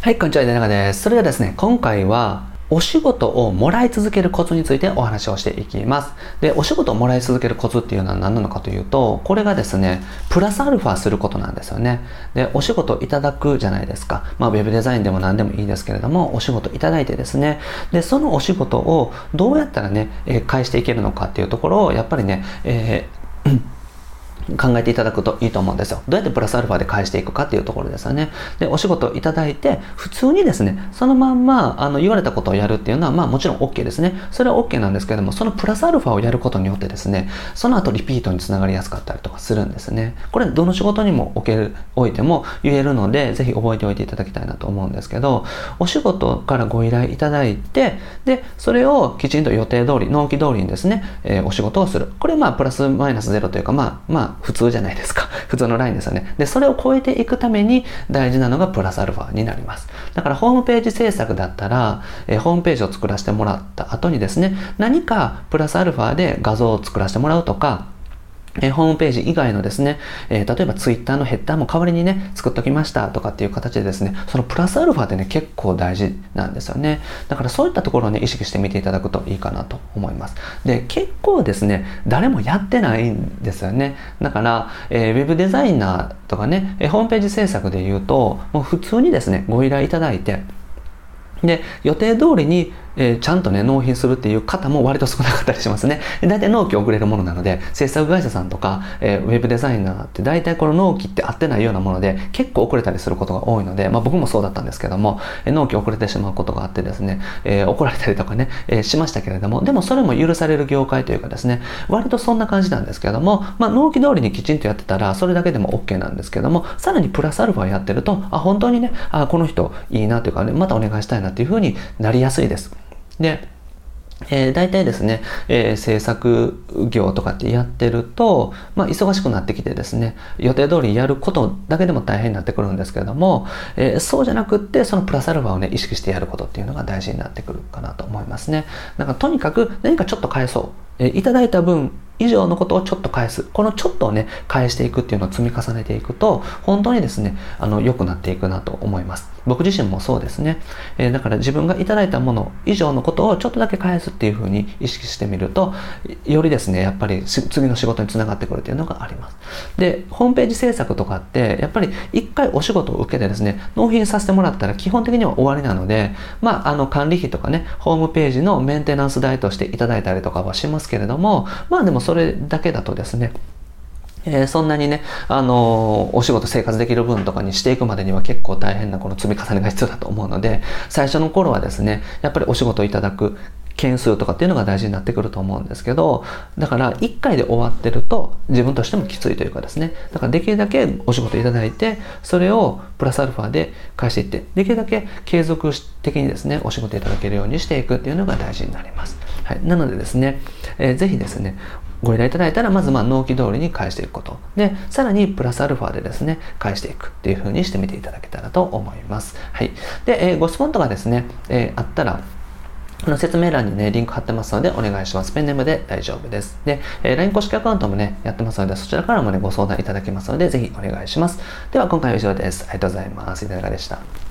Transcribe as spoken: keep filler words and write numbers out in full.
はい、こんにちは、稲永です。それではですね、今回はお仕事をもらい続けるコツについてお話をしていきます。で、お仕事をもらい続けるコツっていうのは何なのかというと、これがですね、プラスアルファすることなんですよね。で、お仕事いただくじゃないですか。まあ、ウェブデザインでも何でもいいですけれども、お仕事いただいてですね、で、そのお仕事をどうやったらね、えー返していけるのかっていうところを、やっぱりね、えー考えていただくといいと思うんですよ。どうやってプラスアルファで返していくかっていうところですよね。で、お仕事をいただいて、普通にですね、そのまんま、あの、言われたことをやるっていうのは、まあもちろん OK ですね。それは OK なんですけれども、そのプラスアルファをやることによってですね、その後リピートにつながりやすかったりとかするんですね。これ、どの仕事にもおける、おいても言えるので、ぜひ覚えておいていただきたいなと思うんですけど、お仕事からご依頼いただいて、で、それをきちんと予定通り、納期通りにですね、えー、お仕事をする。これ、まあ、プラスマイナスゼロというか、まあ、まあ、普通じゃないですか。普通のラインですよね。で、それを超えていくために大事なのがプラスアルファになります。だからホームページ制作だったら、えー、ホームページを作らせてもらった後にですね、何かプラスアルファで画像を作らせてもらうとか、えー、ホームページ以外のですね、えー、例えばツイッターのヘッダーも代わりにね、作っときましたとかっていう形でですね、そのプラスアルファってね、結構大事なんですよね。だからそういったところをね、意識してみていただくといいかなと思います。で、結構ですね、誰もやってないんですよね。だから、えー、ウェブデザイナーとかね、えー、ホームページ制作で言うと、もう普通にですね、ご依頼いただいて、で、予定通りに、えー、ちゃんとね、納品するっていう方も割と少なかったりしますね。だいたい納期遅れるものなので、制作会社さんとか、えー、ウェブデザイナーってだいたいこの納期って合ってないようなもので、結構遅れたりすることが多いので、まあ僕もそうだったんですけども、えー、納期遅れてしまうことがあってですね、えー、怒られたりとかね、えー、しましたけれども、でもそれも許される業界というかですね、割とそんな感じなんですけども、まあ納期通りにきちんとやってたら、それだけでも OK なんですけども、さらにプラスアルファやってると、あ、本当にね、あ、この人いいなというかね、またお願いしたいなっていう風になりやすいです。で、えー、大体ですね、えー、制作業とかってやってると、まあ、忙しくなってきてですね、予定通りやることだけでも大変になってくるんですけれども、えー、そうじゃなくって、そのプラスアルファをね、意識してやることっていうのが大事になってくるかなと思いますね。だからとにかく何かちょっと返そう。えー、いただいた分以上のことをちょっと返す。このちょっとをね、返していくっていうのを積み重ねていくと、本当にですね、あの、良くなっていくなと思います。僕自身もそうですね。えー、だから自分がいただいたもの以上のことをちょっとだけ返すっていうふうに意識してみると、よりですね、やっぱり次の仕事につながってくるっていうのがあります。で、ホームページ制作とかって、やっぱり一回お仕事を受けてですね、納品させてもらったら基本的には終わりなので、まあ、あの、管理費とかね、ホームページのメンテナンス代としていただいたりとかはしますけれども、まあでもそれだけだとですね、えー、そんなにね、あのー、お仕事生活できる分とかにしていくまでには結構大変なこの積み重ねが必要だと思うので、最初の頃はですね、やっぱりお仕事をいただく件数とかっていうのが大事になってくると思うんですけど、だからいっかいで終わってると自分としてもきついというかですね、だからできるだけお仕事いただいて、それをプラスアルファで返していって、できるだけ継続的にですね、お仕事いただけるようにしていくっていうのが大事になります。はい。なのでですね、えー、ぜひですね、ご依頼いただいたら、まずまあ納期通りに返していくこと。で、さらにプラスアルファでですね、返していくっていう風にしてみていただけたらと思います。はい。で、えー、ご質問とかですね、えー、あったら、あの説明欄にね、リンク貼ってますのでお願いします。ペンネームで大丈夫です。で、えー、ライン 公式アカウントもね、やってますので、そちらからもね、ご相談いただけますので、ぜひお願いします。では、今回は以上です。ありがとうございます。いかがでした？